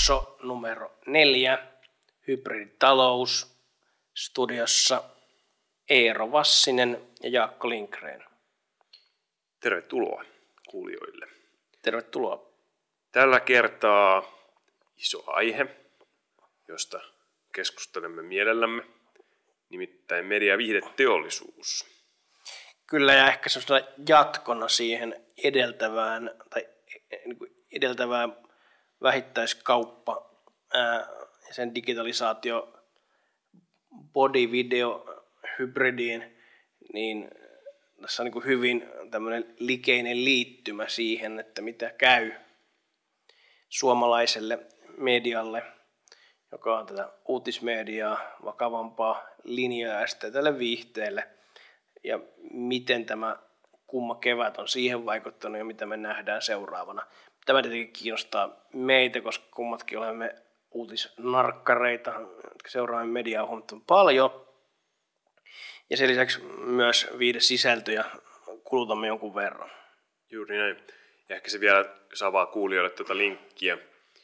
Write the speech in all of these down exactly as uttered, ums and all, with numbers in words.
jakso numero neljä, hybriditalous, studiossa Eero Vassinen ja Jaakko Lindgren. Tervetuloa kuulijoille. Tervetuloa. Tällä kertaa iso aihe, josta keskustelemme mielellämme, nimittäin media- ja viihdeteollisuus. Kyllä, ja ehkä semmoisena jatkona siihen edeltävään, tai edeltävään vähittäiskauppa ää, ja sen digitalisaatio, body, video, hybridiin, niin tässä on niin kuin hyvin tämmöinen likeinen liittymä siihen, että mitä käy suomalaiselle medialle, joka on tätä uutismediaa, vakavampaa linjaa ja sitten tälle viihteelle, ja miten tämä kumma kevät on siihen vaikuttanut ja mitä me nähdään seuraavana. Tämä tietenkin kiinnostaa meitä, koska kummatkin olemme uutisnarkkareita, jotka seuraamme mediaa huomattavan paljon. Ja sen lisäksi myös viihdesisältöjä kulutamme jonkun verran. Juuri näin. Ja ehkä se vielä, jos avaa kuulijoille tuota linkkiä,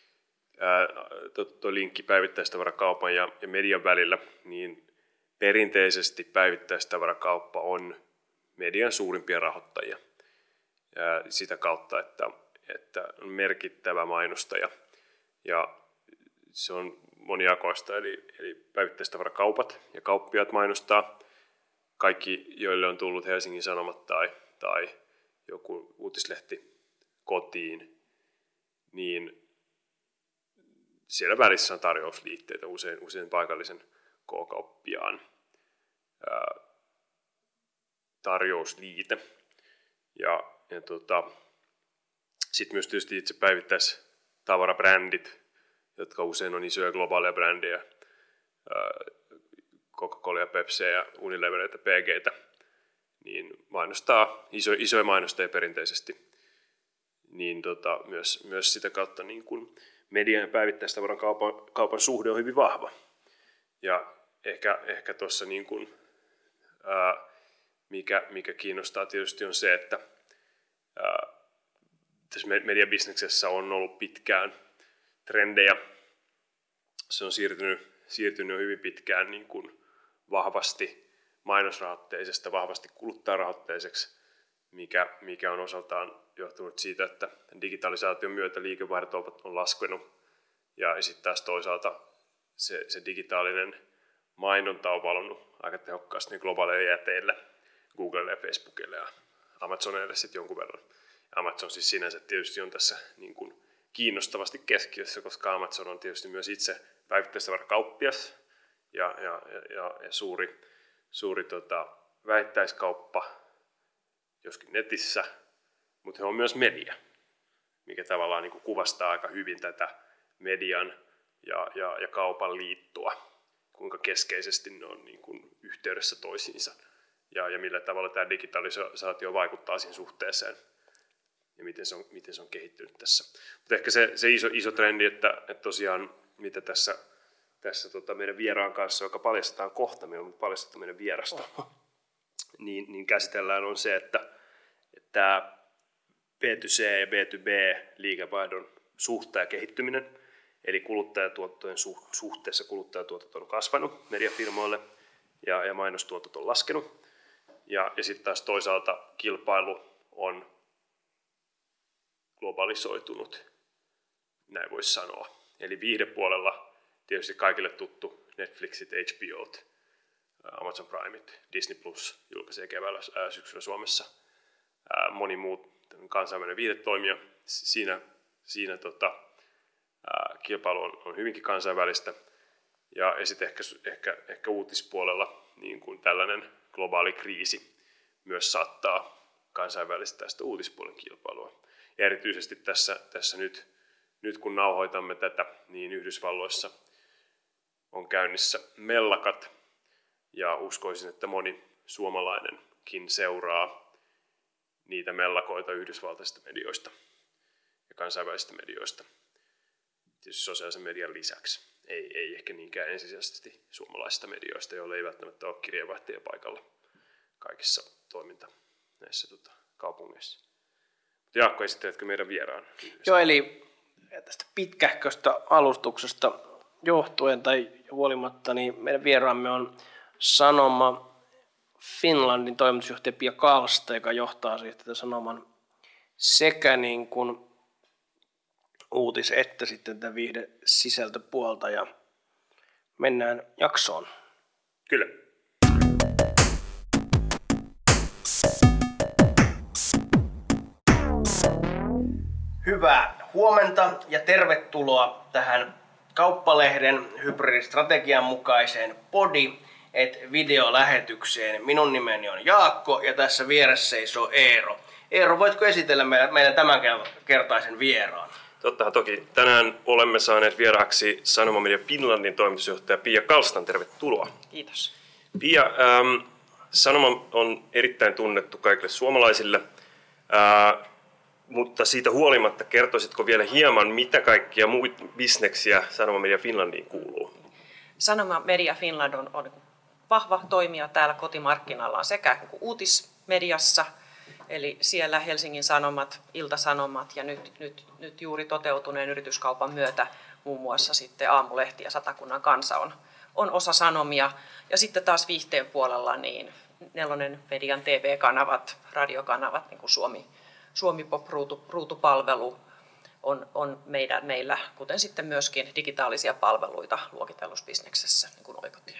tuo linkki päivittäistavarakaupan ja, ja median välillä, niin perinteisesti päivittäistavarakauppa on median suurimpia rahoittajia. Ja sitä kautta, että, että on merkittävä mainostaja. Ja se on monijakoista, eli, eli päivittäistavarakaupat ja kauppiaat mainostaa. Kaikki, joille on tullut Helsingin Sanomat tai, tai joku uutislehti kotiin, niin siellä välissä on tarjousliitteitä, usein, usein paikallisen K-kauppiaan ää, tarjousliite. Ja, ja tota, sitten myös tietysti itse päivittäistavarabrandit, jotka usein on isoja globaaleja brändejä, ää, Coca-Cola ja Pepsi ja Unilever ja P G:tä, niin mainostaa iso, isoja mainostajia perinteisesti, niin tota, myös, myös sitä kautta niin kun median ja päivittäistavaran kaupan, kaupan suhde on hyvin vahva. Ja ehkä, ehkä tuossa niin kun, ää, mikä, mikä kiinnostaa tietysti on se, että ää, tässä mediabisneksessä on ollut pitkään trendejä. Se on siirtynyt, siirtynyt hyvin pitkään niin kun vahvasti mainosrahoitteisesta, vahvasti kuluttajarahoitteiseksi, mikä, mikä on osaltaan johtunut siitä, että digitalisaation myötä liikevaihdot on laskenut, ja sitten taas toisaalta se, se digitaalinen mainonta on valonnut aika tehokkaasti niin globaaleille jäteille, Googlelle ja Facebookille ja Amazonille sitten jonkun verran. Amazon siis sinänsä tietysti on tässä niin kuin kiinnostavasti keskiössä, koska Amazon on tietysti myös itse päivittäistavarakauppias ja, ja, ja, ja suuri, suuri tota, vähittäiskauppa, joskin netissä, mutta he on myös media, mikä tavallaan niin kuin kuvastaa aika hyvin tätä median ja, ja, ja kaupan liittoa, kuinka keskeisesti ne on niin kuin yhteydessä toisiinsa ja, ja millä tavalla tämä digitalisaatio vaikuttaa siihen suhteeseen ja miten se on, miten se on kehittynyt tässä. Mutta ehkä se, se iso, iso trendi, että, että tosiaan mitä tässä, tässä tota meidän vieraan kanssa, joka paljastetaan kohta, me on paljastettu meidän vierasta, niin, niin käsitellään on se, että, että B to C ja B to B liikevaihdon suhteen ja kehittyminen, eli kuluttajatuottojen suhteessa kuluttajatuotot on kasvanut mediafirmoille ja, ja mainostuotot on laskenut. Ja, ja sitten taas toisaalta kilpailu on globalisoitunut, näin voisi sanoa. Eli viihdepuolella tietysti kaikille tuttu Netflixit, H B O:t, Amazon Primeit, Disney Plus julkaisee keväällä ää, syksyllä Suomessa. Ää, moni muu kansainvälinen viihdetoimija. Siinä, siinä tota, ää, kilpailu on, on hyvinkin kansainvälistä. Ja, ja sitten ehkä, ehkä, ehkä uutispuolella niin kuin tällainen globaali kriisi myös saattaa kansainvälistää sitä uutispuolen kilpailua. Ja erityisesti tässä, tässä nyt, nyt kun nauhoitamme tätä, niin Yhdysvalloissa on käynnissä mellakat. Ja uskoisin, että moni suomalainenkin seuraa niitä mellakoita yhdysvaltaisista medioista ja kansainvälisistä medioista. Tietysti sosiaalisen median lisäksi. Ei, ei ehkä niinkään ensisijaisesti suomalaisista medioista, joille ei välttämättä ole kirjeenvaihtajia paikalla kaikissa toiminta näissä tota, kaupungeissa. Jaakko, esitteletkö meidän vieraan? Joo, eli tästä pitkähköstä alustuksesta johtuen tai huolimatta, niin meidän vieraamme on Sanoma Finlandin toimitusjohtaja Pia Kalsta, joka johtaa siis tätä Sanoman sekä niin kuin uutis- että sitten tätä viihde sisältöpuolta, ja mennään jaksoon. Kyllä. Hyvää huomenta ja tervetuloa tähän Kauppalehden hybridistrategian mukaiseen podi et videolähetykseen. Minun nimeni on Jaakko ja tässä vieressä seisoo Eero. Eero, voitko esitellä meidän tämänkertaisen vieraan? Tottahan toki. Tänään olemme saaneet vieraaksi Sanoma Media Finlandin toimitusjohtaja Pia Kalstan. Tervetuloa. Kiitos. Pia, ähm, Sanoma on erittäin tunnettu kaikille suomalaisille, äh, mutta siitä huolimatta kertoisitko vielä hieman, mitä kaikkia muita bisneksiä Sanoma Media Finlandiin kuuluu? Sanoma Media Finland on, on vahva toimija täällä kotimarkkinallaan sekä uutismediassa, eli siellä Helsingin Sanomat, Ilta-Sanomat ja nyt, nyt, nyt juuri toteutuneen yrityskaupan myötä muun muassa sitten Aamulehti ja Satakunnan Kansa on, on osa Sanomia. Ja sitten taas viihteen puolella niin Nelonen Median T V-kanavat, radiokanavat, niin kuin Suomi, Suomi Pop-ruutupalvelu on, on meidän, meillä, kuten sitten myöskin digitaalisia palveluita luokitellusbisneksessä, niin kuin Oikotie.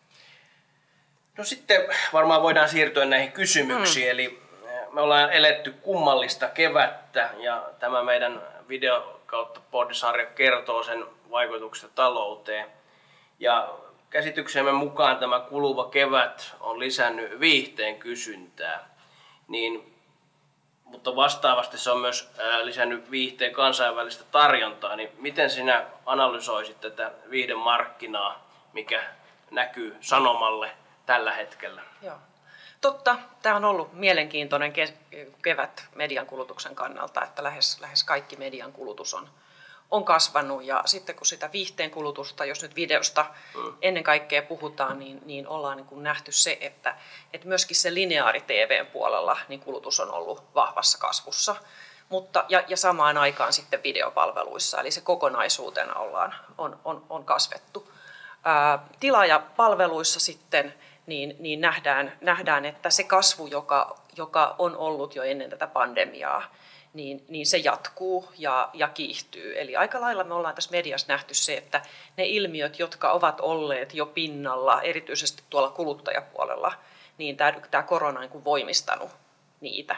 No sitten varmaan voidaan siirtyä näihin kysymyksiin, mm. eli me ollaan eletty kummallista kevättä ja tämä meidän video kautta podisarja kertoo sen vaikutuksesta talouteen. Ja käsityksemme mukaan tämä kuluva kevät on lisännyt viihteen kysyntää, niin, mutta vastaavasti se on myös lisännyt viihteen kansainvälistä tarjontaa. Niin miten sinä analysoisit tätä viihdemarkkinaa, mikä näkyy Sanomalle tällä hetkellä? Joo. Totta, tämä on ollut mielenkiintoinen kevät median kulutuksen kannalta, että lähes, lähes kaikki median kulutus on, on kasvanut. Ja sitten kun sitä viihteen kulutusta, jos nyt videosta mm. ennen kaikkea puhutaan, niin, niin ollaan niin kuin nähty se, että, että myöskin se lineaari-T V:n puolella niin kulutus on ollut vahvassa kasvussa. Mutta, ja, ja samaan aikaan sitten videopalveluissa, eli se kokonaisuutena ollaan, on, on, on kasvettu. Ää, tilaajapalveluissa sitten Niin, niin nähdään, nähdään, että se kasvu, joka, joka on ollut jo ennen tätä pandemiaa, niin, niin se jatkuu ja, ja kiihtyy. Eli aika lailla me ollaan tässä mediassa nähty se, että ne ilmiöt, jotka ovat olleet jo pinnalla, erityisesti tuolla kuluttajapuolella, niin tämä, tämä korona on niin kuin voimistanut niitä.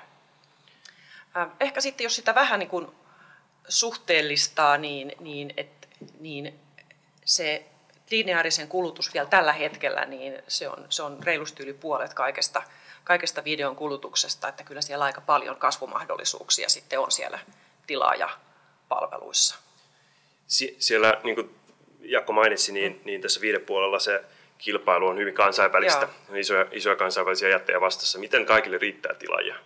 Ehkä sitten, jos sitä vähän niin kuin suhteellistaa, niin, niin, et, niin se lineaarisen kulutus vielä tällä hetkellä, niin se on, se on reilusti yli puolet kaikesta, kaikesta videon kulutuksesta, että kyllä siellä aika paljon kasvumahdollisuuksia sitten on siellä tilaajapalveluissa. Sie- siellä, niin kuin Jaakko mainitsi, niin, mm. niin tässä viihdepuolella se kilpailu on hyvin kansainvälistä, on isoja, isoja kansainvälisiä jättejä vastassa. Miten kaikille riittää tilaajia?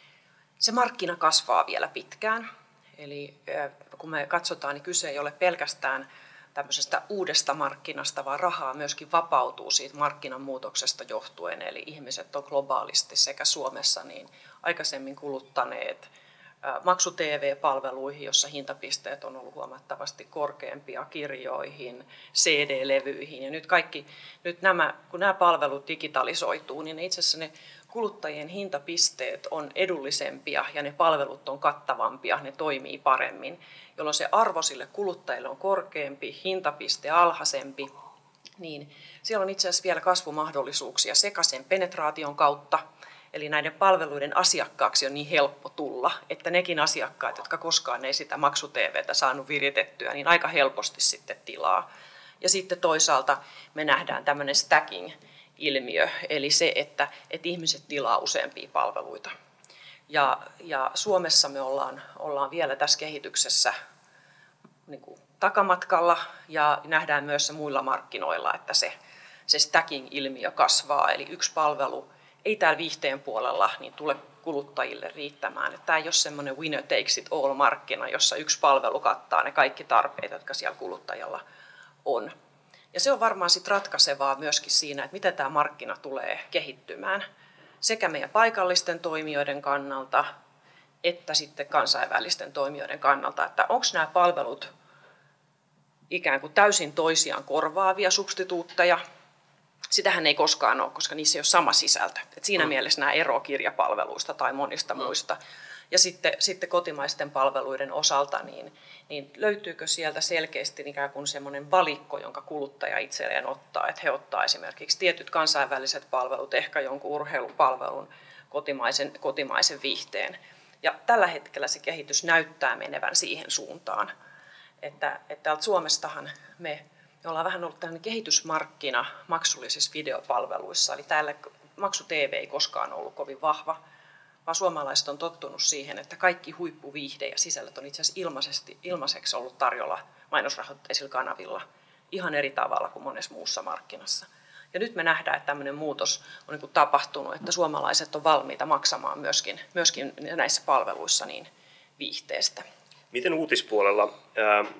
Se markkina kasvaa vielä pitkään, eli kun me katsotaan, niin kyse ei ole pelkästään tämmöisestä uudesta markkinasta, vaan rahaa myöskin vapautuu siitä markkinan muutoksesta johtuen. Eli ihmiset on globaalisti sekä Suomessa niin aikaisemmin kuluttaneet maksu-T V-palveluihin, jossa hintapisteet on ollut huomattavasti korkeampia, kirjoihin, C D-levyihin. Ja nyt, kaikki, nyt nämä, kun nämä palvelut digitalisoituu, niin itse asiassa ne kuluttajien hintapisteet on edullisempia ja ne palvelut on kattavampia, ne toimii paremmin, jolloin se arvo sille kuluttajille on korkeampi, hintapiste alhaisempi, niin siellä on itse asiassa vielä kasvumahdollisuuksia sekä sen penetraation kautta, eli näiden palveluiden asiakkaaksi on niin helppo tulla, että nekin asiakkaat, jotka koskaan ei sitä maksu-T V:tä saanut viritettyä, niin aika helposti sitten tilaa. Ja sitten toisaalta me nähdään tämmöinen stacking-ilmiö, eli se, että, että ihmiset tilaa useampia palveluita. Ja, ja Suomessa me ollaan, ollaan vielä tässä kehityksessä niin kuin takamatkalla ja nähdään myös se muilla markkinoilla, että se, se stacking-ilmiö kasvaa, eli yksi palvelu ei täällä viihteen puolella niin tule kuluttajille riittämään. Tämä ei ole semmoinen winner takes it all -markkina, jossa yksi palvelu kattaa ne kaikki tarpeet, jotka siellä kuluttajalla on. Ja se on varmaan sit ratkaisevaa myöskin siinä, että miten tämä markkina tulee kehittymään sekä meidän paikallisten toimijoiden kannalta, että sitten kansainvälisten toimijoiden kannalta, että onko nämä palvelut ikään kuin täysin toisiaan korvaavia substituutteja. Sitähän ei koskaan ole, koska niissä ei ole sama sisältö. Et siinä mm. mielessä nämä eroavat kirjapalveluista tai monista mm. muista. Ja sitten, sitten kotimaisten palveluiden osalta, niin, niin löytyykö sieltä selkeästi ikään kuin semmoinen valikko, jonka kuluttaja itselleen ottaa, että he ottaa esimerkiksi tietyt kansainväliset palvelut, ehkä jonkun urheilupalvelun, kotimaisen, kotimaisen viihteen. Ja tällä hetkellä se kehitys näyttää menevän siihen suuntaan, että, että täältä Suomestahan me, me ollaan vähän ollut tällainen kehitysmarkkina maksullisissa videopalveluissa, eli täällä maksu T V ei koskaan ollut kovin vahva, vaan suomalaiset on tottunut siihen, että kaikki huippuviihde ja sisällöt on itse asiassa ilmaisesti, ilmaiseksi ollut tarjolla mainosrahoitteisilla kanavilla ihan eri tavalla kuin monessa muussa markkinassa. Ja nyt me nähdään, että tämmöinen muutos on niin kuin tapahtunut, että suomalaiset on valmiita maksamaan myöskin, myöskin näissä palveluissa niin viihteestä. Miten uutispuolella, ää, ää,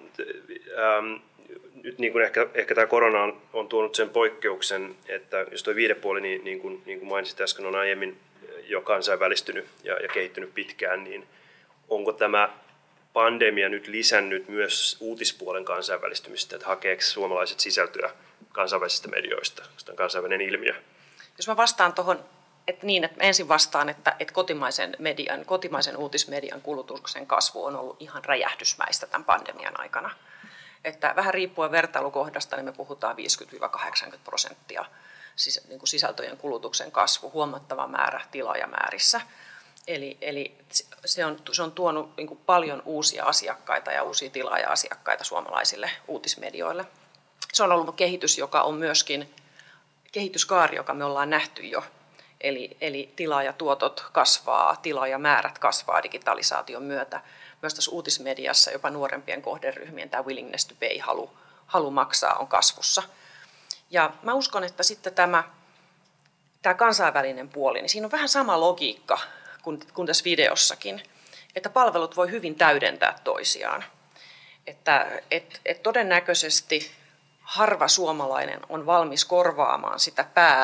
nyt niin kuin ehkä, ehkä tämä korona on, on tuonut sen poikkeuksen, että jos tuo viihdepuoli, niin, niin, kuin, niin kuin mainitsit äsken, on aiemmin jo kansainvälistynyt ja, ja kehittynyt pitkään, niin onko tämä pandemia nyt lisännyt myös uutispuolen kansainvälistymistä, että hakeeko suomalaiset sisältöä kansainvälisistä medioista, koska tämä on kansainvälinen ilmiö? Jos mä vastaan tuohon, että niin, että ensin vastaan, että, että kotimaisen, median, kotimaisen uutismedian kulutuksen kasvu on ollut ihan räjähdysmäistä tämän pandemian aikana. Että vähän riippuen vertailukohdasta, niin me puhutaan viisikymmentä kahdeksankymmentä prosenttia siis, niin kuin sisältöjen kulutuksen kasvu, huomattava määrä tilaajamäärissä. Eli, eli se, on, se on tuonut niin kuin paljon uusia asiakkaita ja uusia tilaaja-asiakkaita suomalaisille uutismedioille. Se on ollut kehitys, joka on myöskin kehityskaari, joka me ollaan nähty jo. Eli, eli tilaajatuotot kasvaa, tilaajamäärät kasvaa digitalisaation myötä. Myös tässä uutismediassa jopa nuorempien kohderyhmien tämä willingness to pay, halu, halu maksaa, on kasvussa. Ja mä uskon, että sitten tämä, tämä kansainvälinen puoli, niin siinä on vähän sama logiikka kuin, kuin tässä videossakin, että palvelut voi hyvin täydentää toisiaan. Että et, et todennäköisesti harva suomalainen on valmis korvaamaan sitä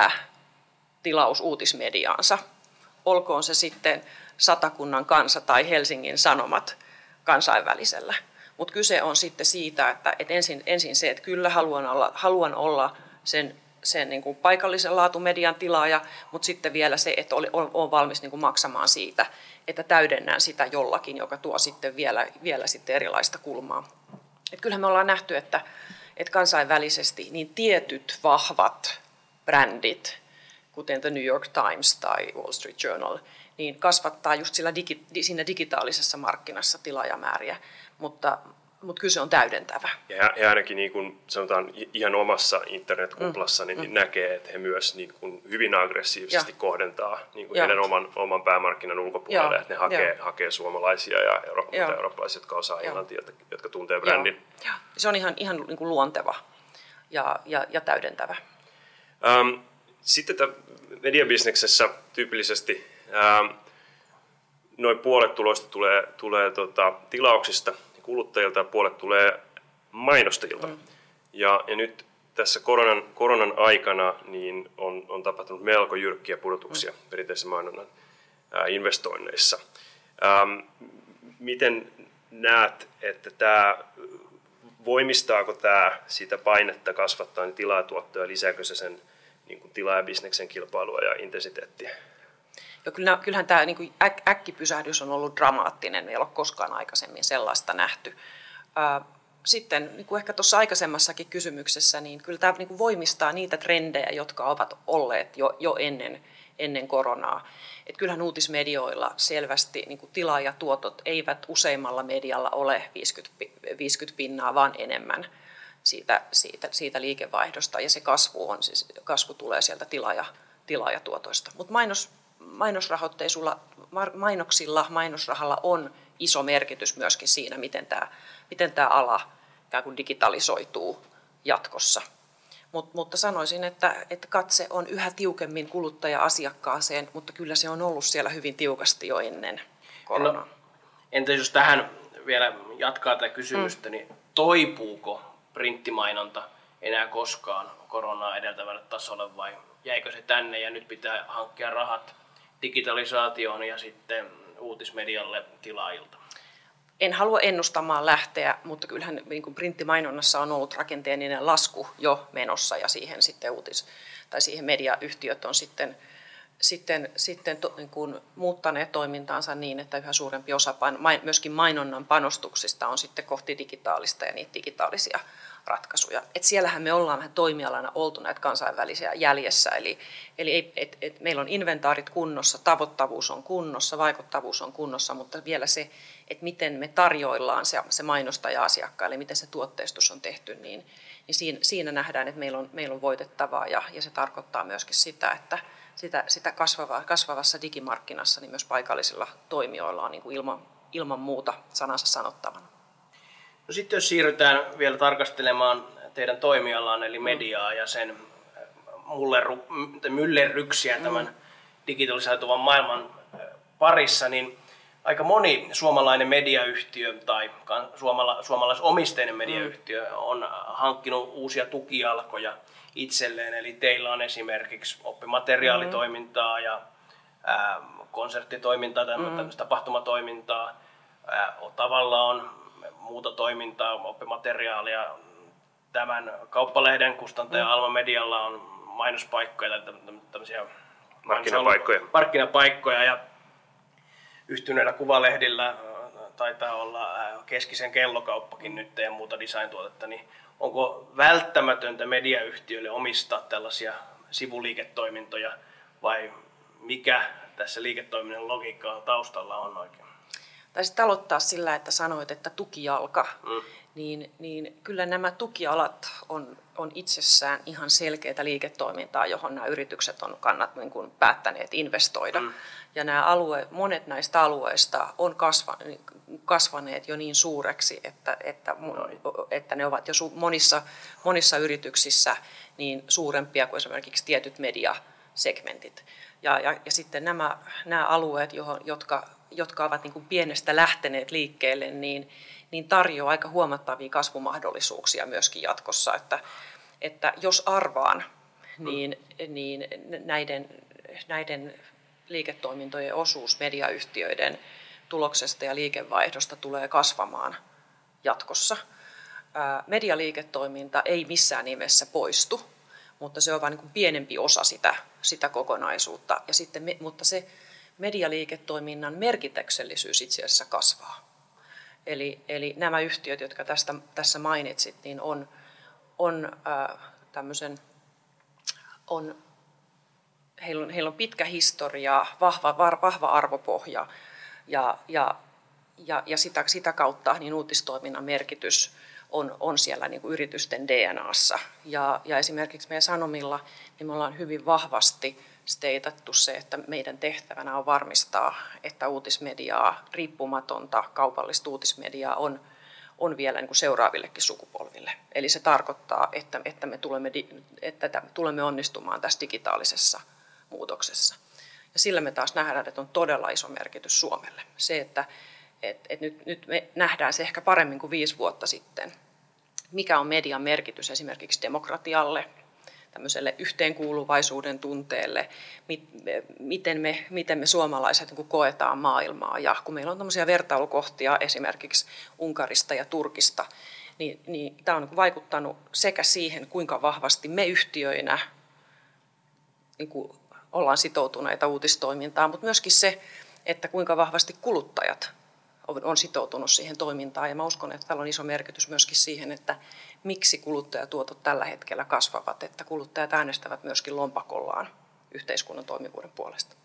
päätilausuutismediaansa, olkoon se sitten Satakunnan Kansa tai Helsingin Sanomat kansainvälisellä. Mutta kyse on sitten siitä, että et ensin, ensin se, että kyllä haluan olla, haluan olla sen, sen niin kuin paikallisen laatumedian tilaaja, mutta sitten vielä se, että olen valmis niin kuin maksamaan siitä, että täydennän sitä jollakin, joka tuo sitten vielä, vielä sitten erilaista kulmaa. Et kyllähän me ollaan nähty, että, että kansainvälisesti niin tietyt vahvat brändit, kuten The New York Times tai Wall Street Journal, niin kasvattaa just sillä digi, siinä digitaalisessa markkinassa tilaajamääriä, mutta, mutta kyse on täydentävä. Ja he ainakin niin kuin sanotaan ihan omassa internetkuplassa mm. niin mm. näkee, että he myös niin kuin hyvin aggressiivisesti ja. kohdentaa niin kuin heidän oman, oman päämarkkinan ulkopuolelle, ja. että ne hakee, hakee suomalaisia ja euro, eurooppalaisia, jotka osaa englantia, jotka tuntee brändin. Ja. Se on ihan, ihan niin kuin luonteva ja, ja, ja täydentävä. Um, sitten tämän mediabisneksessä tyypillisesti Ähm, noin puolet tuloista tulee, tulee tota, tilauksista ja kuluttajilta ja puolet tulee mainostajilta. Mm. Ja, ja nyt tässä koronan, koronan aikana niin on, on tapahtunut melko jyrkkiä pudotuksia mm. perinteisen mainonnan ää, investoinneissa. Ähm, miten näet, että tämä, voimistaako tämä sitä painetta kasvattaa niin tilaajatuottoja, lisääkö se sen niin kuin tilaajabisneksen kilpailua ja intensiteettiä? Ja kyllähän tämä niin kuin äk, äkkipysähdys on ollut dramaattinen, me ei ole koskaan aikaisemmin sellaista nähty. Sitten niin kuin ehkä tuossa aikaisemmassakin kysymyksessä, niin kyllä tämä niin kuin voimistaa niitä trendejä, jotka ovat olleet jo, jo ennen, ennen koronaa. Et kyllähän uutismedioilla selvästi niin kuin tilaajatuotot eivät useimmalla medialla ole viisikymmentä pinnaa, vaan enemmän siitä, siitä, siitä liikevaihdosta. Ja se kasvu, on, siis kasvu tulee sieltä tilaaja, tilaajatuotoista. Mutta mainos Mainosrahoitteisulla, mainoksilla, mainosrahalla on iso merkitys myöskin siinä, miten tämä, miten tämä ala ikään kuin digitalisoituu jatkossa. Mut, mutta sanoisin, että, että katse on yhä tiukemmin kuluttaja-asiakkaaseen, mutta kyllä se on ollut siellä hyvin tiukasti jo ennen koronaa. No, entä jos tähän vielä jatkaa tätä kysymystä, mm. niin toipuuko printtimainonta enää koskaan koronaa edeltävälle tasolle vai jäikö se tänne ja nyt pitää hankkia rahat digitalisaatioon ja sitten uutismedialle tilaajilta? En halua ennustamaan lähteä, mutta kyllähän niin kuin printtimainonnassa on ollut rakenteellinen lasku jo menossa ja siihen sitten uutis- tai siihen mediayhtiöt on sitten sitten, sitten to, niin kuin muuttaneet toimintaansa niin, että yhä suurempi osa paino, myöskin mainonnan panostuksista on sitten kohti digitaalista ja niitä digitaalisia ratkaisuja. Et siellähän me ollaan vähän toimialana oltu näitä kansainvälisiä jäljessä, eli, eli et, et meillä on inventaarit kunnossa, tavoittavuus on kunnossa, vaikuttavuus on kunnossa, mutta vielä se, että miten me tarjoillaan se, se mainostaja asiakkaille, miten se tuotteistus on tehty, niin, niin siinä, siinä nähdään, että meillä on, meillä on voitettavaa ja, ja se tarkoittaa myöskin sitä, että Sitä, sitä kasvava, kasvavassa digimarkkinassa niin myös paikallisilla toimijoilla on niin kuin ilman, ilman muuta sanansa sanottavana. No sitten jos siirrytään vielä tarkastelemaan teidän toimialaan, eli mediaa ja sen mulleru, myllerryksiä tämän mm. digitalisoituvan maailman parissa, niin aika moni suomalainen mediayhtiö tai suomala, suomalaisomisteinen mediayhtiö on hankkinut uusia tukijalkoja itselleen, eli teillä on esimerkiksi oppimateriaalitoimintaa ja ää, konserttitoimintaa, tämmöistä mm. tapahtumatoimintaa, ää, Otavalla on muuta toimintaa, oppimateriaalia, tämän kauppalehden kustantaja mm. Alma Medialla on mainospaikkoja, tämmöisiä markkinapaikkoja. markkinapaikkoja ja yhtyneillä kuvalehdillä taitaa olla Keskisen kellokauppakin nyt ja muuta design-tuotetta, niin onko välttämätöntä mediayhtiöille omistaa tällaisia sivuliiketoimintoja vai mikä tässä liiketoiminnan logiikkaa taustalla on oikein? Taisit aloittaa sillä, että sanoit, että tukijalka, mm. niin, niin kyllä nämä tukialat on, on itsessään ihan selkeää liiketoimintaa, johon nämä yritykset on kannat, niin kuin päättäneet investoida. Mm. Ja nämä alue, monet näistä alueista on kasva, kasvaneet jo niin suureksi, että, että, että ne ovat jo su, monissa, monissa yrityksissä niin suurempia kuin esimerkiksi tietyt mediasegmentit. Ja, ja, ja sitten nämä, nämä alueet, johon, jotka, jotka ovat niin kuin pienestä lähteneet liikkeelle, niin, niin tarjoaa aika huomattavia kasvumahdollisuuksia myöskin jatkossa. Että, että jos arvaan, niin, niin näiden, näiden liiketoimintojen osuus mediayhtiöiden tuloksesta ja liikevaihdosta tulee kasvamaan jatkossa. Medialiiketoiminta ei missään nimessä poistu, mutta se on vain niin kuin pienempi osa sitä, sitä kokonaisuutta. Ja sitten, mutta se medialiiketoiminnan merkityksellisyys itse asiassa kasvaa. Eli, eli nämä yhtiöt, jotka tästä, tässä mainitsit, niin on, on, äh, tämmöisen, on, heillä, on, heillä on pitkä historia, vahva, vahva arvopohja ja, ja, ja, ja sitä, sitä kautta niin uutistoiminnan merkitys on, on siellä niin kuin yritysten D N A:ssa. Ja, ja esimerkiksi meidän Sanomilla niin me ollaan hyvin vahvasti steitattu se, että meidän tehtävänä on varmistaa, että uutismediaa, riippumatonta kaupallista uutismediaa on, on vielä niin kuin seuraavillekin sukupolville. Eli se tarkoittaa, että, että, me tulemme, että tulemme onnistumaan tässä digitaalisessa muutoksessa. Ja sillä me taas nähdään, että on todella iso merkitys Suomelle. Se, että et, et nyt, nyt me nähdään se ehkä paremmin kuin viisi vuotta sitten, mikä on median merkitys esimerkiksi demokratialle, tämmöiselle yhteenkuuluvaisuuden tunteelle, miten me, miten me suomalaiset niin kuin koetaan maailmaa. Ja kun meillä on tämmöisiä vertailukohtia esimerkiksi Unkarista ja Turkista, niin, niin tämä on niin kuin vaikuttanut sekä siihen, kuinka vahvasti me yhtiöinä niin kuin ollaan sitoutuneita uutistoimintaan, mutta myöskin se, että kuinka vahvasti kuluttajat on sitoutunut siihen toimintaan. Ja mä uskon, että tällä on iso merkitys myöskin siihen, että miksi kuluttajatuotot tällä hetkellä kasvavat, että kuluttajat äänestävät myöskin lompakollaan yhteiskunnan toimivuuden puolesta.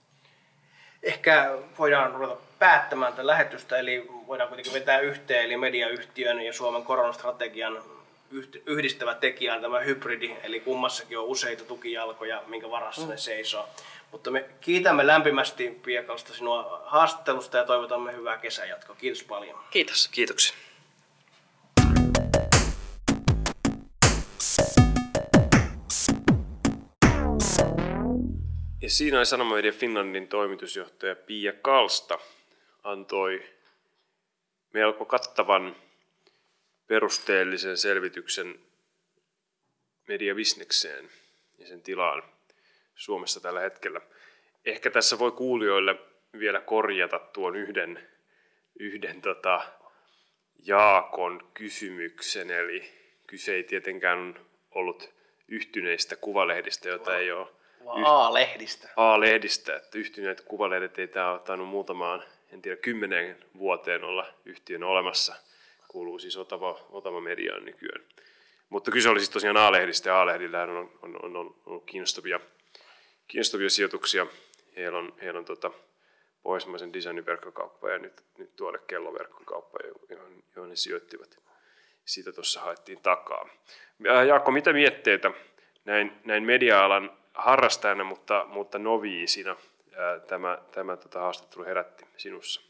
Ehkä voidaan ruveta päättämään tätä lähetystä, eli voidaan kuitenkin vetää yhteen, eli mediayhtiön ja Suomen koronastrategian yhdistävä tekijä on tämä hybridi, eli kummassakin on useita tukijalkoja, minkä varassa mm. ne seisoo. Mutta me kiitämme lämpimästi, Pia Kalsta, sinua haastattelusta ja toivotamme hyvää kesänjatkoa. Kiitos paljon. Kiitos. Kiitoksia. Ja siinä oli Sanomamedia Finlandin toimitusjohtaja Pia Kalsta antoi melko kattavan perusteellisen selvityksen mediabisnekseen ja sen tilaan Suomessa tällä hetkellä. Ehkä tässä voi kuulijoille vielä korjata tuon yhden, yhden tota Jaakon kysymyksen, eli kyse ei tietenkään ollut yhtyneistä kuvalehdistä, joita ei ole... Vaan A-lehdistä. A-lehdistä, että yhtyneet kuvalehdet ei tämä ole tainnut muutamaan, en tiedä, kymmeneen vuoteen olla yhtiön olemassa. Kuuluu siis Otava, Otava Mediaan nykyään. Mutta kyse oli siis tosiaan A-lehdistä, ja A-lehdillä on, on, on, on ollut kiinnostavia, kiinnostavia sijoituksia. Heillä on, heillä on tota, pohjoismaisen designin verkkokauppa ja nyt, nyt tuolle kelloverkkokauppa, johon, johon he sijoittivat. Siitä tuossa haettiin takaa. Jaakko, mitä mietteitä näin, näin media-alan harrastajana, mutta, mutta noviisina ää, tämä, tämä tota, haastattelu herätti sinussa?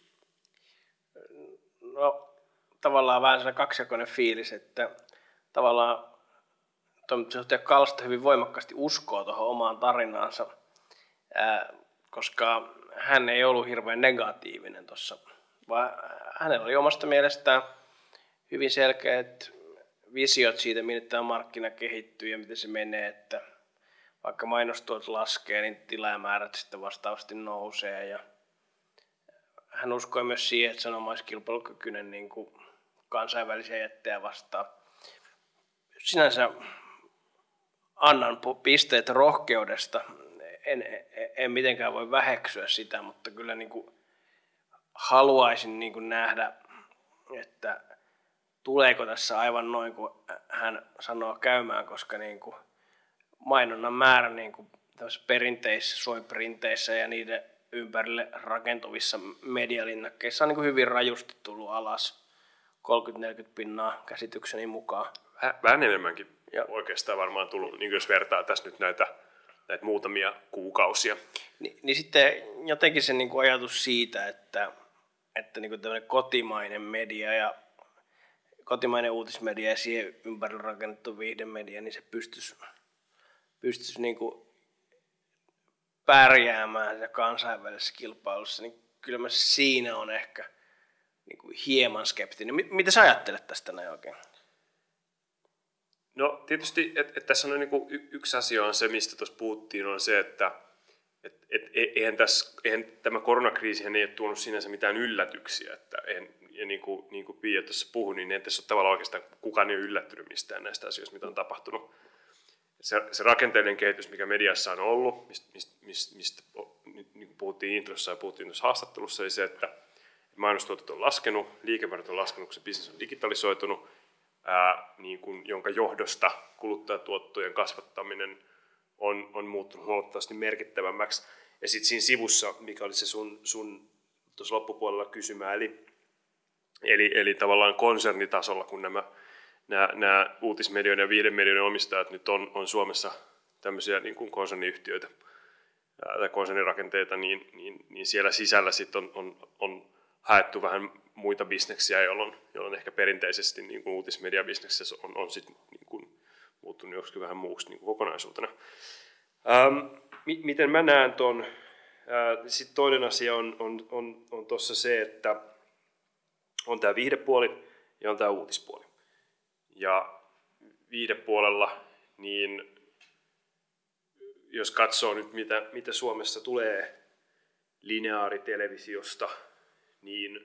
No tavallaan vähän sellainen kaksijakoinen fiilis, että tavallaan toimitusjohtaja Kalsta hyvin voimakkaasti uskoo tuohon omaan tarinaansa, ää, koska hän ei ollut hirveän negatiivinen tuossa, vaan hänellä oli omasta mielestään hyvin selkeät visiot siitä, miten tämä markkina kehittyy ja miten se menee, että vaikka mainostuot laskee, niin tilaajamäärät sitten vastaavasti nousee. Ja hän uskoi myös siihen, että sanoma olisi kilpailukykyinen niin kuin kansainvälisiä jättejä vastaan. Sinänsä annan pisteet rohkeudesta. En, en mitenkään voi väheksyä sitä, mutta kyllä niin kuin haluaisin niin kuin nähdä, että tuleeko tässä aivan noin kuin hän sanoo käymään, koska niin kuin mainonnan määrä niin kuin perinteisissä soiprinteissä ja niiden ympärille rakentuvissa medialinnakkeissa on niin kuin hyvin rajusti tullut alas, kolmekymmentä neljäkymmentä pinnaa käsitykseni mukaan. Vähän enemmänkin ja oikeastaan varmaan tullut, niin jos vertaa tässä nyt näitä, näitä muutamia kuukausia. Ni, niin sitten jotenkin se niin kuin ajatus siitä, että, että niin kuin tämmöinen kotimainen media ja kotimainen uutismedia ja siihen ympärille rakennettu viihdemedia, niin se pystyisi, pystyisi niin kuin pärjäämään kansainvälisessä kilpailussa, niin kyllä mä siinä on ehkä niin kuin hieman skeptinen. Mitä sä ajattelet tästä näin oikein? No tietysti, että et tässä on niin kuin y- yksi asia on se, mistä tuossa puhuttiin, on se, että et, et, eihän, tässä, eihän tämä koronakriisi ei ole tuonut sinänsä mitään yllätyksiä. Että eihän, ja niin kuin, niin kuin Pia tuossa puhui, niin ei tässä ole tavallaan oikeastaan kukaan ei ole yllättynyt mistään näistä asioista, mitä on tapahtunut. Se, se rakenteellinen kehitys, mikä mediassa on ollut, mistä, mistä, mistä, mistä niin kuin puhuttiin introssa ja puhuttiin tuossa haastattelussa, oli se, että mainostuotot on laskenut, liikevaihto on laskenut, kun se bisnes on digitalisoitunut, ää, niin kuin, jonka johdosta kuluttajatuottojen kasvattaminen on, on muuttunut huomattavasti merkittävämmäksi. Ja sitten siinä sivussa, mikä oli se sun, sun tuossa loppupuolella kysymä, eli, eli, eli tavallaan konsernitasolla, kun nämä Nämä, nämä uutismedioiden ja viihdemedioiden omistajat nyt on, on Suomessa tämmöisiä niin kuin konserniyhtiöitä ää, tai konsernirakenteita, niin, niin, niin siellä sisällä sit on, on, on haettu vähän muita bisneksiä, jolloin, jolloin ehkä perinteisesti niin kuin uutismediabisneksessä on, on sit, niin kuin, muuttunut joksikin vähän muuksi niin kuin kokonaisuutena. Ähm, mi, miten mä näen ton? Sitten toinen asia on, on, on, on tuossa se, että on tämä viihdepuoli ja on tämä uutispuoli. Ja viihdepuolella, niin jos katsoo nyt, mitä, mitä Suomessa tulee lineaaritelevisiosta, niin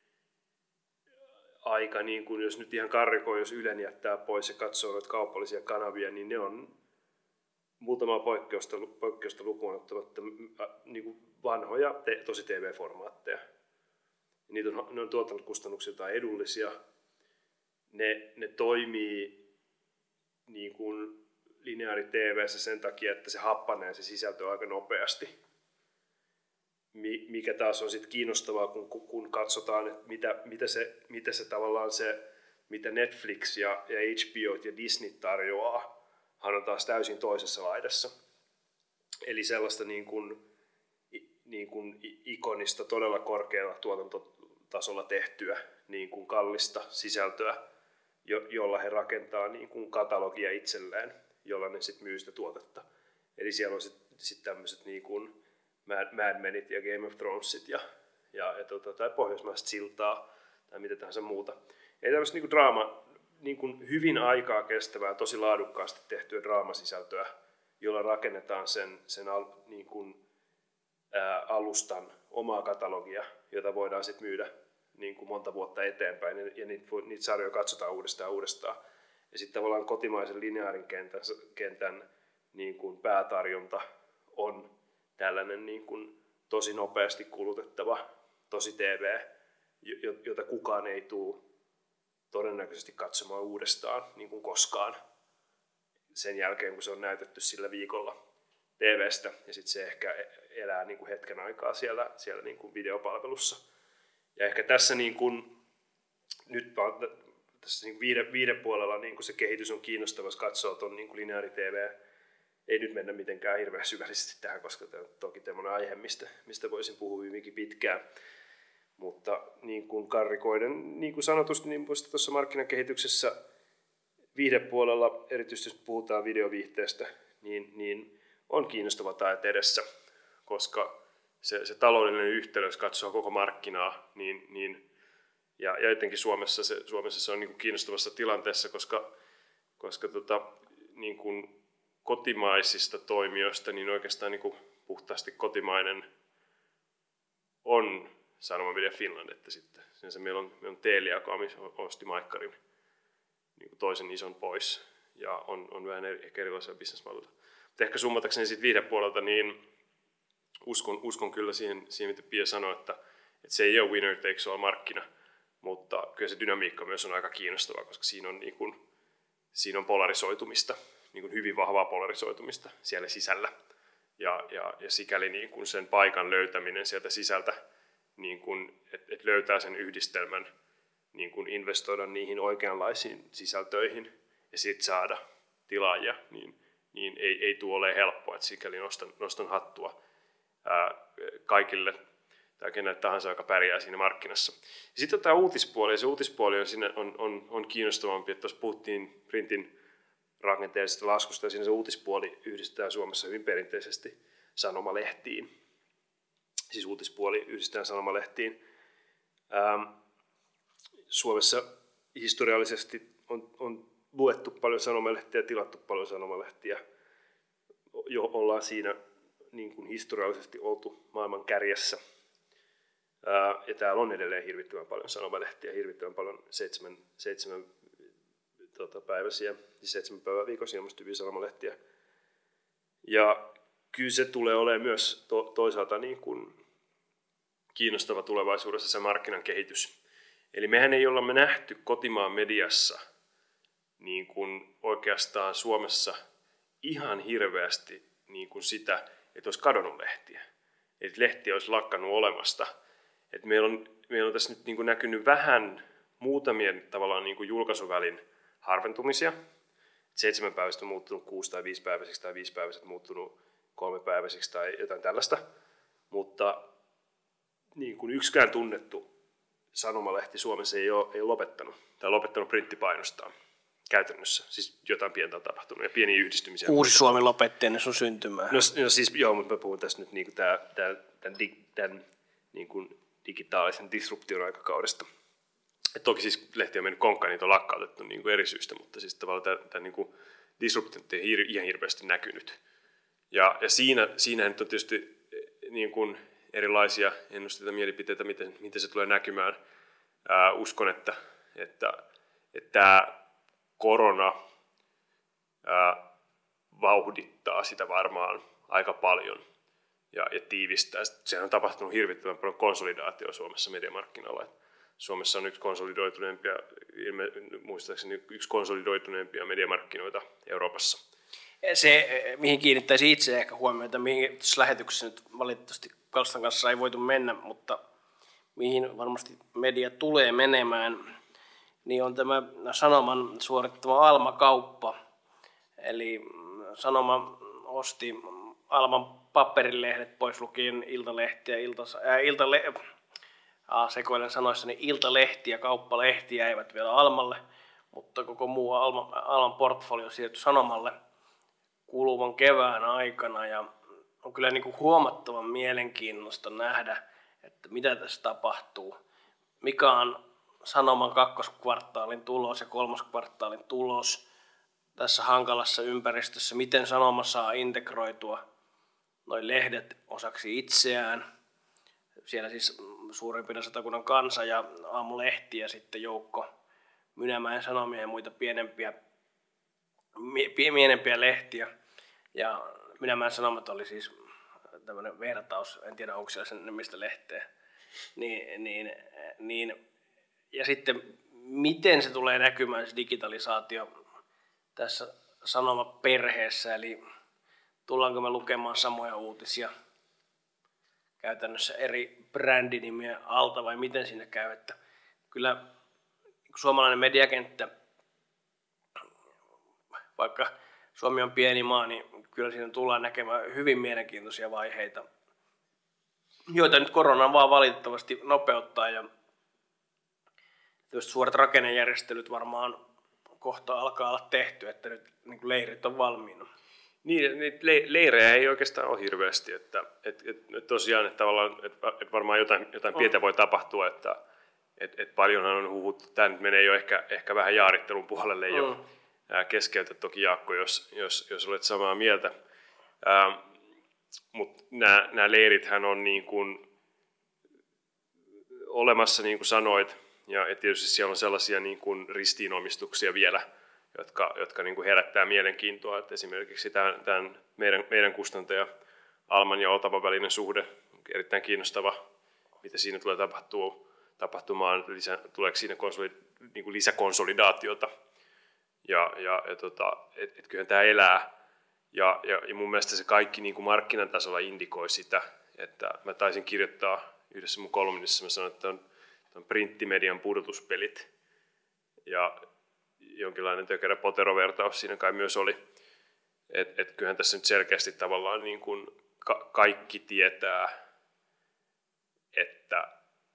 aika niin kuin, jos nyt ihan karrikoi, jos Ylen jättää pois ja katsoo noita kaupallisia kanavia, niin ne on muutamaa poikkeusta, poikkeusta lukuun ottamatta niin kuin vanhoja te, tosi T V-formaatteja. Niitä on, ne on tuotantokustannuksiltaan edullisia. Ne, ne toimii niin kuin lineaari-tv:ssä sen takia, että se happanee se sisältö aika nopeasti. Mikä taas on sitten kiinnostavaa, kun, kun katsotaan, että mitä, mitä, se, mitä se tavallaan se, mitä Netflix ja, ja H B O ja Disney tarjoaa, hän on taas täysin toisessa laidassa. Eli sellaista niin kuin, niin kuin ikonista, todella korkealla tuotantotasolla tehtyä niin kuin kallista sisältöä, jo, jolla he rakentaa niin kuin katalogia itselleen, jolla ne sitten myy sitä tuotetta. Eli siellä on sitten sit tämmöiset niin kuin Mad, Mad Menit ja Game of Thronesit ja, ja, ja tota, tai pohjoismaista siltaa tai mitä tahansa muuta. Eli tämmöistä niin kuin draama, niin kuin hyvin aikaa kestävää, tosi laadukkaasti tehtyä draamasisältöä, jolla rakennetaan sen, sen al, niin kuin, ää, alustan omaa katalogia, jota voidaan sitten myydä niin kuin monta vuotta eteenpäin, ja niitä, niitä sarjoja katsotaan uudestaan ja uudestaan. Ja sitten tavallaan kotimaisen lineaarin kentän, kentän niin kuin päätarjonta on tällainen niin kuin tosi nopeasti kulutettava, tosi T V, jota kukaan ei tule todennäköisesti katsomaan uudestaan niin kuin koskaan sen jälkeen, kun se on näytetty sillä viikolla T V:stä, ja sitten se ehkä elää niin kuin hetken aikaa siellä, siellä niin kuin videopalvelussa. Ja ehkä tässä niin kuin, nyt tässä niin kuin viiden, viiden puolella niin kuin se kehitys on kiinnostava, jos katsoo tuon niin kuin lineaari-T V. Ei nyt mennä mitenkään hirveän syvällisesti tähän, koska tämä on toki tämmöinen aihe, mistä, mistä voisin puhua hyvinkin pitkään. Mutta niin kuin karrikoiden, niin kuin sanotusti, niin tuossa markkinakehityksessä viihdepuolella, erityisesti jos puhutaan videoviihteestä, niin, niin on kiinnostavat ajat edessä, koska se, se taloudellinen yhteys, jos katsoo koko markkinaa, niin, niin, ja, ja jotenkin Suomessa se, Suomessa se on niin kuin kiinnostavassa tilanteessa, koska, koska tota, niin kuin kotimaisista toimijoista, niin oikeastaan niin kuin puhtaasti kotimainen on Sanoma Media Finland, että sitten sen meillä on, meillä on Telia, joka osti Maikkarin niin kuin toisen ison pois, ja on, on vähän eri, ehkä erilaisia bisnesmalleja. Mutta ehkä summatakseni siitä viihdepuolelta, niin uskon, uskon kyllä siihen, siihen, mitä Pia sanoi, että, että se ei ole winner takes all -markkina, mutta kyllä se dynamiikka myös on aika kiinnostava, koska siinä on, niin kuin, siinä on polarisoitumista, niin kuin hyvin vahvaa polarisoitumista siellä sisällä, ja, ja, ja sikäli niin kuin sen paikan löytäminen sieltä sisältä, niin kuin, että et löytää sen yhdistelmän, niin kuin investoida niihin oikeanlaisiin sisältöihin ja sitten saada tilaajia, niin, niin ei, ei tule ole helppoa, että sikäli nostan, nostan hattua ää, kaikille tai kenelle tahansa, joka pärjää siinä markkinassa. Ja sitten tämä uutispuoli, ja se uutispuoli on, siinä on, on, on kiinnostavampi, että tuossa puhuttiin printin rakenteellisesta laskusta, ja siinä se uutispuoli yhdistetään Suomessa hyvin perinteisesti sanomalehtiin. Siis uutispuoli yhdistetään sanomalehtiin. Ähm, Suomessa historiallisesti on, on luettu paljon sanomalehtiä ja tilattu paljon sanomalehtiä. Jo ollaan siinä niin kuin historiallisesti oltu maailman kärjessä. Ää, ja täällä on edelleen hirvittävän paljon sanomalehtiä, hirvittävän paljon seitsemän, seitsemän tota, päiväisiä, siis seitsemän päivää viikossa ilmestyviä sanomalehtiä. Ja kyllä se tulee olemaan myös to, toisaalta niin kuin kiinnostava tulevaisuudessa se markkinan kehitys. Eli mehän ei olla me nähty kotimaan mediassa niin kuin oikeastaan Suomessa ihan hirveästi niin kuin sitä, että olisi kadonnut lehtiä. Että lehtiä olisi lakkanut olemasta. Että meillä on, meillä on tässä nyt niin kuin näkynyt vähän muutamien tavallaan niin kuin julkaisuvälin harventumisia. Seitsemän päivästä on muuttunut kuusi tai viisi päiväisiksi tai viisi päiväiset muuttunut kolme päiväisiksi tai jotain tällaista. Mutta niin kuin yksikään tunnettu sanomalehti Suomessa ei ole, ei ole lopettanut tai lopettanut printtipainosta käytännössä. Siis jotain pientä on tapahtunut ja pieniä yhdistymisiä. Uusi Suomi lopetti ennen sun syntymää. No, no siis joo, mutta mä puhun tässä nyt niin kuin tämän, tämän, tämän, tämän niin kuin digitaalisen disruption aikakaudesta. Et toki siis lehtiä on mennyt konkkaan, niitä on lakkautettu niin kuin eri syistä, mutta siis tavallaan tämä, tämä niin kuin disruption ei hir, ihan hirveästi näkynyt. Ja, ja siinä, siinä nyt on tietysti niin kuin erilaisia ennusteita, mielipiteitä, miten, miten se tulee näkymään. Ää, uskon, että, että, että tämä korona ää, vauhdittaa sitä varmaan aika paljon ja, ja tiivistää. Sehän on tapahtunut hirvittävän paljon konsolidaatioa Suomessa mediamarkkinalla. Suomessa on yksi konsolidoituneempia, muistaakseni yksi konsolidoituneempia mediamarkkinoita Euroopassa. Se, mihin kiinnittäisi itse ehkä huomiota, mihin tässä lähetyksessä nyt valitettavasti Kalstan kanssa ei voitu mennä, mutta mihin varmasti media tulee menemään, niin on tämä Sanoman suorittama Alma-kauppa. Eli Sanoma osti Alman paperilehdet pois lukien Iltalehtiä, iltas, ää, iltale, aa, sekoilen sanoissani Iltalehti ja Kauppalehti jäivät vielä Almalle, mutta koko muu Alman, Alman portfolio siirtyi Sanomalle kuluvan kevään aikana, ja on kyllä niin kuin huomattavan mielenkiinnosta nähdä, että mitä tässä tapahtuu, mikä on Sanoman kakkoskvartaalin tulos ja kolmoskvartaalin tulos tässä hankalassa ympäristössä, miten Sanoma saa integroitua noi lehdet osaksi itseään. siellä siis suurimpina Satakunnan Kansa ja Aamulehti ja sitten joukko Mynämäen Sanomia ja muita pienempiä, pienempiä lehtiä. Ja Mynämäen Sanomat oli siis tämmöinen vertaus, en tiedä onko siellä sen mistä lehteä. Niin, niin, niin, ja sitten miten se tulee näkymään se digitalisaatio tässä sanomaperheessä, eli tullaanko me lukemaan samoja uutisia käytännössä eri brändinimiä alta vai miten siinä käy, että kyllä suomalainen mediakenttä, vaikka Suomi on pieni maa, niin kyllä siinä tullaan näkemään hyvin mielenkiintoisia vaiheita, joita nyt korona vaan valitettavasti nopeuttaa ja suuret rakennejärjestelyt varmaan kohta alkaa olla tehty, että nyt niin kuin leirit on valmiina. Niin, niitä leirejä ei oikeastaan ole hirveästi, että et, et, tosiaan, että tavallaan, et, et varmaan jotain, jotain pientä voi tapahtua, että et, et paljonhan on huhuttu, tämä nyt menee jo ehkä, ehkä vähän jaarittelun puolelle mm. jo, keskeytä toki Jaakko, jos, jos, jos olet samaa mieltä, ähm, mutta nämä, nämä leirithän on niin kuin olemassa, niin kuin sanoit, ja tietysti siellä on sellaisia niin kuin ristiinomistuksia vielä, jotka, jotka niin kuin herättää mielenkiintoa. Että esimerkiksi tämän, tämän meidän, meidän kustantaja Alman ja Otavan välinen suhde erittäin kiinnostava, mitä siinä tulee tapahtuu, tapahtumaan, lisä, tuleeko siinä konsoli, niin kuin lisäkonsolidaatiota. Ja, ja, ja tota, et, et kyllähän tämä elää. Ja, ja, ja mun mielestä se kaikki niin kuin markkinan tasolla indikoi sitä, että mä taisin kirjoittaa yhdessä mun kolumnissa, mä sanoin, että on, on printtimedian pudotuspelit. Ja jonkinlainen tökerä poterovertaus siinä kai myös oli. Että et kyllähän tässä nyt selkeästi tavallaan niin kuin ka- kaikki tietää, että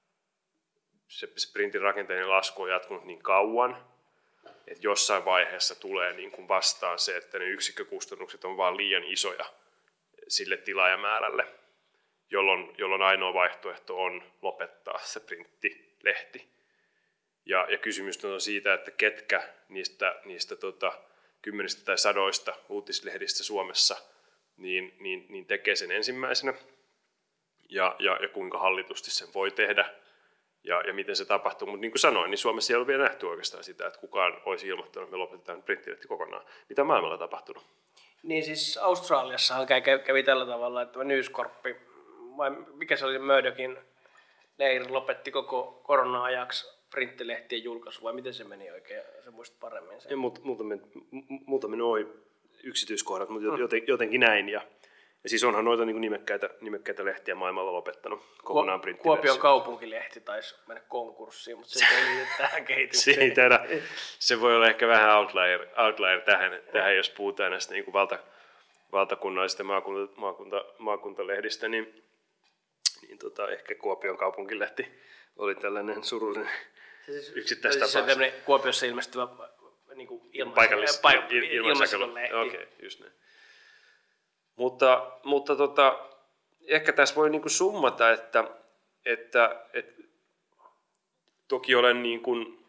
se, se printin rakenteinen lasku on jatkunut niin kauan, että jossain vaiheessa tulee niin kuin vastaan se, että ne yksikkökustannukset on vaan liian isoja sille tilaajamäärälle, jolloin, jolloin ainoa vaihtoehto on lopettaa se printtilehti. Ja, ja kysymys on siitä, että ketkä niistä, niistä tota, kymmenistä tai sadoista uutislehdistä Suomessa niin, niin, niin tekee sen ensimmäisenä ja, ja, ja kuinka hallitusti sen voi tehdä ja, ja miten se tapahtuu. Mutta niin kuin sanoin, niin Suomessa ei ole vielä nähty oikeastaan sitä, että kukaan olisi ilmoittanut, että me lopetetaan printtilehti kokonaan. Mitä maailmalla on tapahtunut? Niin siis Australiassahan kävi, kävi tällä tavalla, että News Corp, vai mikä se oli, Murdochin leiri lopetti koko korona-ajaksi printtilehtien julkaisu, vai miten se meni oikein? Se muistat paremmin sen. Muuta, muuta meni ohi yksityiskohdat, mutta joten, jotenkin näin. Ja, ja siis onhan noita niin nimekkäitä, nimekkäitä lehtiä maailmalla lopettanut kokonaan printtiversio. Kuopion kaupunkilehti taisi mennä konkurssiin, mutta se ei liity tähän kehitykseen. Siitä, se voi olla ehkä vähän outlier, outlier tähän, tähän, jos puhutaan näistä niin kuin valta, valtakunnallisista maakunta, maakunta, maakuntalehdistä, niin, niin tota, ehkä Kuopion kaupunkilehti oli tällainen surullinen siis, yksittäistapaus. Se on tämmöinen Kuopiossa ilmestyvä niin ilma- paikallis- paik- il- ilmaisjakelu lehti. Okei, okay, just näin. Mutta, mutta tota, ehkä tässä voi niin kuin summata, että, että, että toki olen niin kuin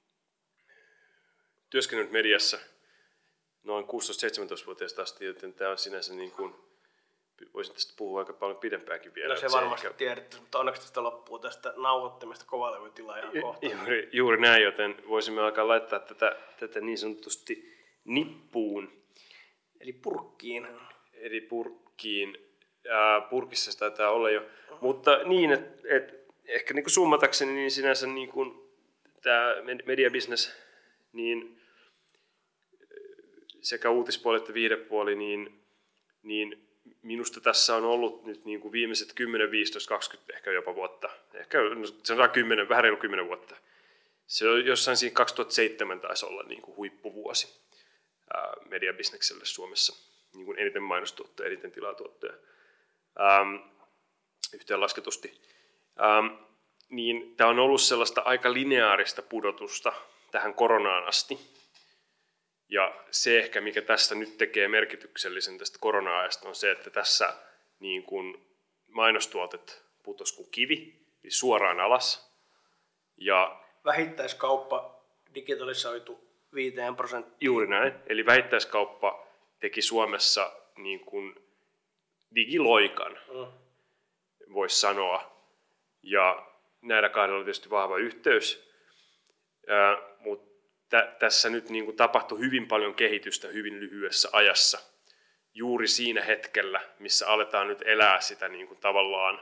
työskennellyt mediassa noin kuusitoista-seitsemäntoista-vuotiaasta asti, joten tämä on sinänsä niin kuin, voisin tästä puhua aika paljon pidempäänkin vielä. No se varmasti ehkä tiedetty, mutta onneksi tästä loppuu tästä nauhoittamista kovalevytilaa ihan kohta. Juuri, juuri näin, joten voisimme alkaa laittaa tätä, tätä niin sanotusti nippuun. Eli purkkiin. Eli purkkiin. Ää, purkissa sitä taitaa olla jo. Uh-huh. Mutta niin, että et, ehkä niin kuin summatakseni, niin sinänsä niin kuin tämä mediabusiness, niin sekä uutispuoli että viihdepuoli, niin, niin minusta tässä on ollut nyt niin kuin viimeiset kymmenen, viisitoista, kaksikymmentä, ehkä jopa vuotta. Ehkä sanotaan kymmenen, vähän reilu kymmenen vuotta. Se on jossain siinä kaksituhattaseitsemän taisi olla niin kuin huippuvuosi ää, mediabisnekselle Suomessa. Niin kuin eniten mainostuottoja, eniten tilatuottoja, ähm, yhteenlasketusti. Ähm, niin tämä on ollut sellaista aika lineaarista pudotusta tähän koronaan asti. Ja se ehkä, mikä tässä nyt tekee merkityksellisen tästä korona-ajasta, on se, että tässä niin kuin mainostuotet putos kuin kivi, eli suoraan alas. Ja vähittäiskauppa digitalisoitu viiteen prosenttiin. Juuri näin, eli vähittäiskauppa teki Suomessa niin kuin digiloikan, mm. voisi sanoa. Ja näillä kahdella on tietysti vahva yhteys, ää, mutta tä, tässä nyt niin kuin tapahtui hyvin paljon kehitystä hyvin lyhyessä ajassa. Juuri siinä hetkellä, missä aletaan nyt elää sitä niin kuin tavallaan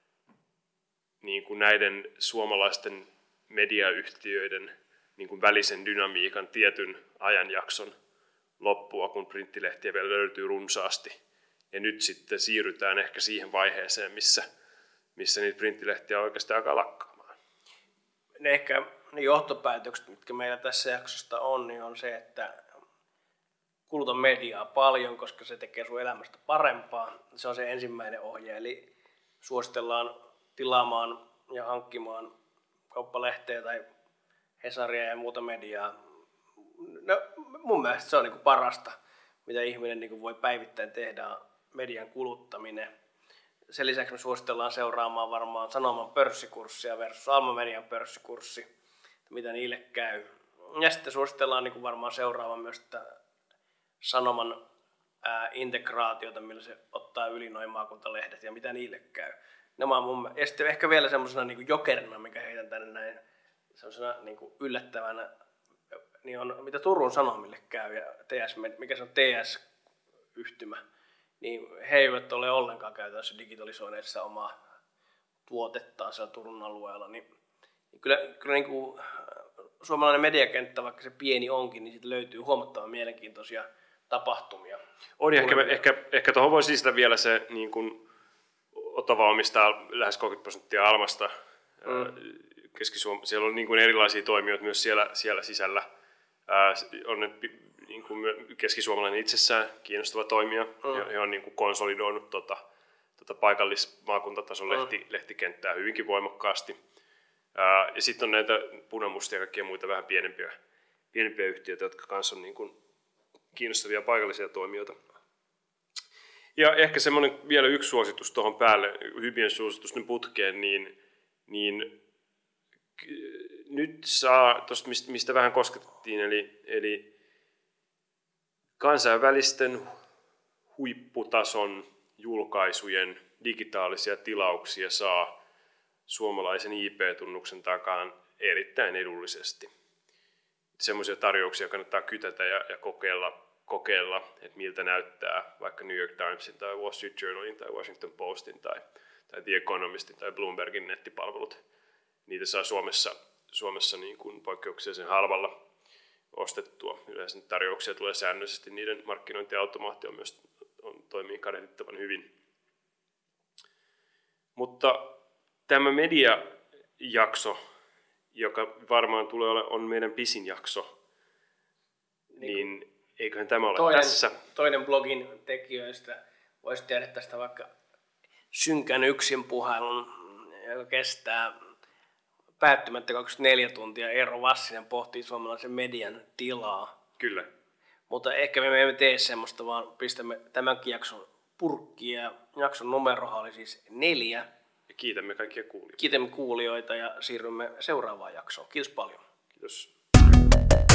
niin kuin näiden suomalaisten mediayhtiöiden niin kuin välisen dynamiikan tietyn ajanjakson loppua, kun printtilehtiä vielä löytyy runsaasti. Ja nyt sitten siirrytään ehkä siihen vaiheeseen, missä, missä niitä printtilehtiä oikeastaan alkaa lakkaamaan. Ne ehkä ne johtopäätökset, mitkä meillä tässä jaksosta on, niin on se, että kuluta mediaa paljon, koska se tekee sun elämästä parempaa. Se on se ensimmäinen ohje, eli suositellaan tilaamaan ja hankkimaan kauppalehteä tai Hesaria ja muuta mediaa. No, mun mielestä se on niin kuin parasta, mitä ihminen niin kuin voi päivittäin tehdä, median kuluttaminen. Sen lisäksi me suositellaan seuraamaan varmaan Sanoman pörssikurssia versus Alma Median pörssikurssi, mitä niille käy. Ja sitten suositellaan niin kuin varmaan seuraamaan myös sitä Sanoman ää, integraatiota, millä se ottaa yli noin maakuntalehdet ja mitä niille käy. Nämä on mun, ja sitten ehkä vielä semmoisena niin kuin jokerina, mikä heitän tänne näin, semmoisena niin kuin yllättävänä, niin on mitä Turun Sanomille käy ja T S, mikä se on T S-yhtymä, niin he eivät ole ollenkaan käytännössä digitalisoineissa omaa tuotettaan siellä Turun alueella. Niin, niin kyllä kyllä niin kuin suomalainen mediakenttä, vaikka se pieni onkin, niin siitä löytyy huomattavan mielenkiintoisia tapahtumia. On, ehkä, ehkä, ehkä tuohon voi sisällä vielä se, niin kuin Otava omistaa lähes kolmekymmentä prosenttia Almasta. Mm. Keski-Suom- siellä on niin kuin erilaisia toimijoita myös siellä, siellä sisällä. Ää, on nyt niin kuin keskisuomalainen itsessään kiinnostava toimija. Mm. He on niin kuin konsolidoinut tota, tota paikallis-maakuntatason lehti, mm. lehtikenttää hyvinkin voimakkaasti. Ää, ja sitten on näitä Punamustia ja kaikkia muita vähän pienempiä, pienempiä yhtiöitä, jotka kanssa on niin kuin kiinnostavia paikallisia toimijoita. Ja ehkä semmoinen vielä yksi suositus tuohon päälle, hyvien suositusten putkeen, niin, niin nyt saa, tuosta mistä vähän kosketettiin, eli, eli kansainvälisten huipputason julkaisujen digitaalisia tilauksia saa suomalaisen I P-tunnuksen takaan erittäin edullisesti. Semmoisia tarjouksia kannattaa kytätä ja, ja kokeilla, kokeilla, että miltä näyttää vaikka New York Timesin tai Wall Street Journalin tai Washington Postin tai, tai The Economistin tai Bloombergin nettipalvelut. Niitä saa Suomessa, Suomessa niin kuin poikkeuksellisen halvalla ostettua. Yleensä tarjouksia tulee säännöllisesti, niiden markkinointiautomaatio myös on, toimii kadehdittavan hyvin. Mutta tämä mediajakso, joka varmaan tulee olla, on meidän pisin jakso, niin, niin eiköhän tämä ole toinen, tässä. Toinen blogin tekijöistä voisi tehdä tästä vaikka synkän yksinpuhelun, joka kestää päättymättä kaksikymmentäneljä tuntia. Eero Vassinen pohtii suomalaisen median tilaa. Kyllä. Mutta ehkä me emme tee semmoista, vaan pistämme tämänkin jakson purkkiin. Ja jakson numerohan oli siis neljä. Ja kiitämme kaikkia kuulijoita. Kiitämme kuulijoita ja siirrymme seuraavaan jaksoon. Kiitos paljon. Kiitos.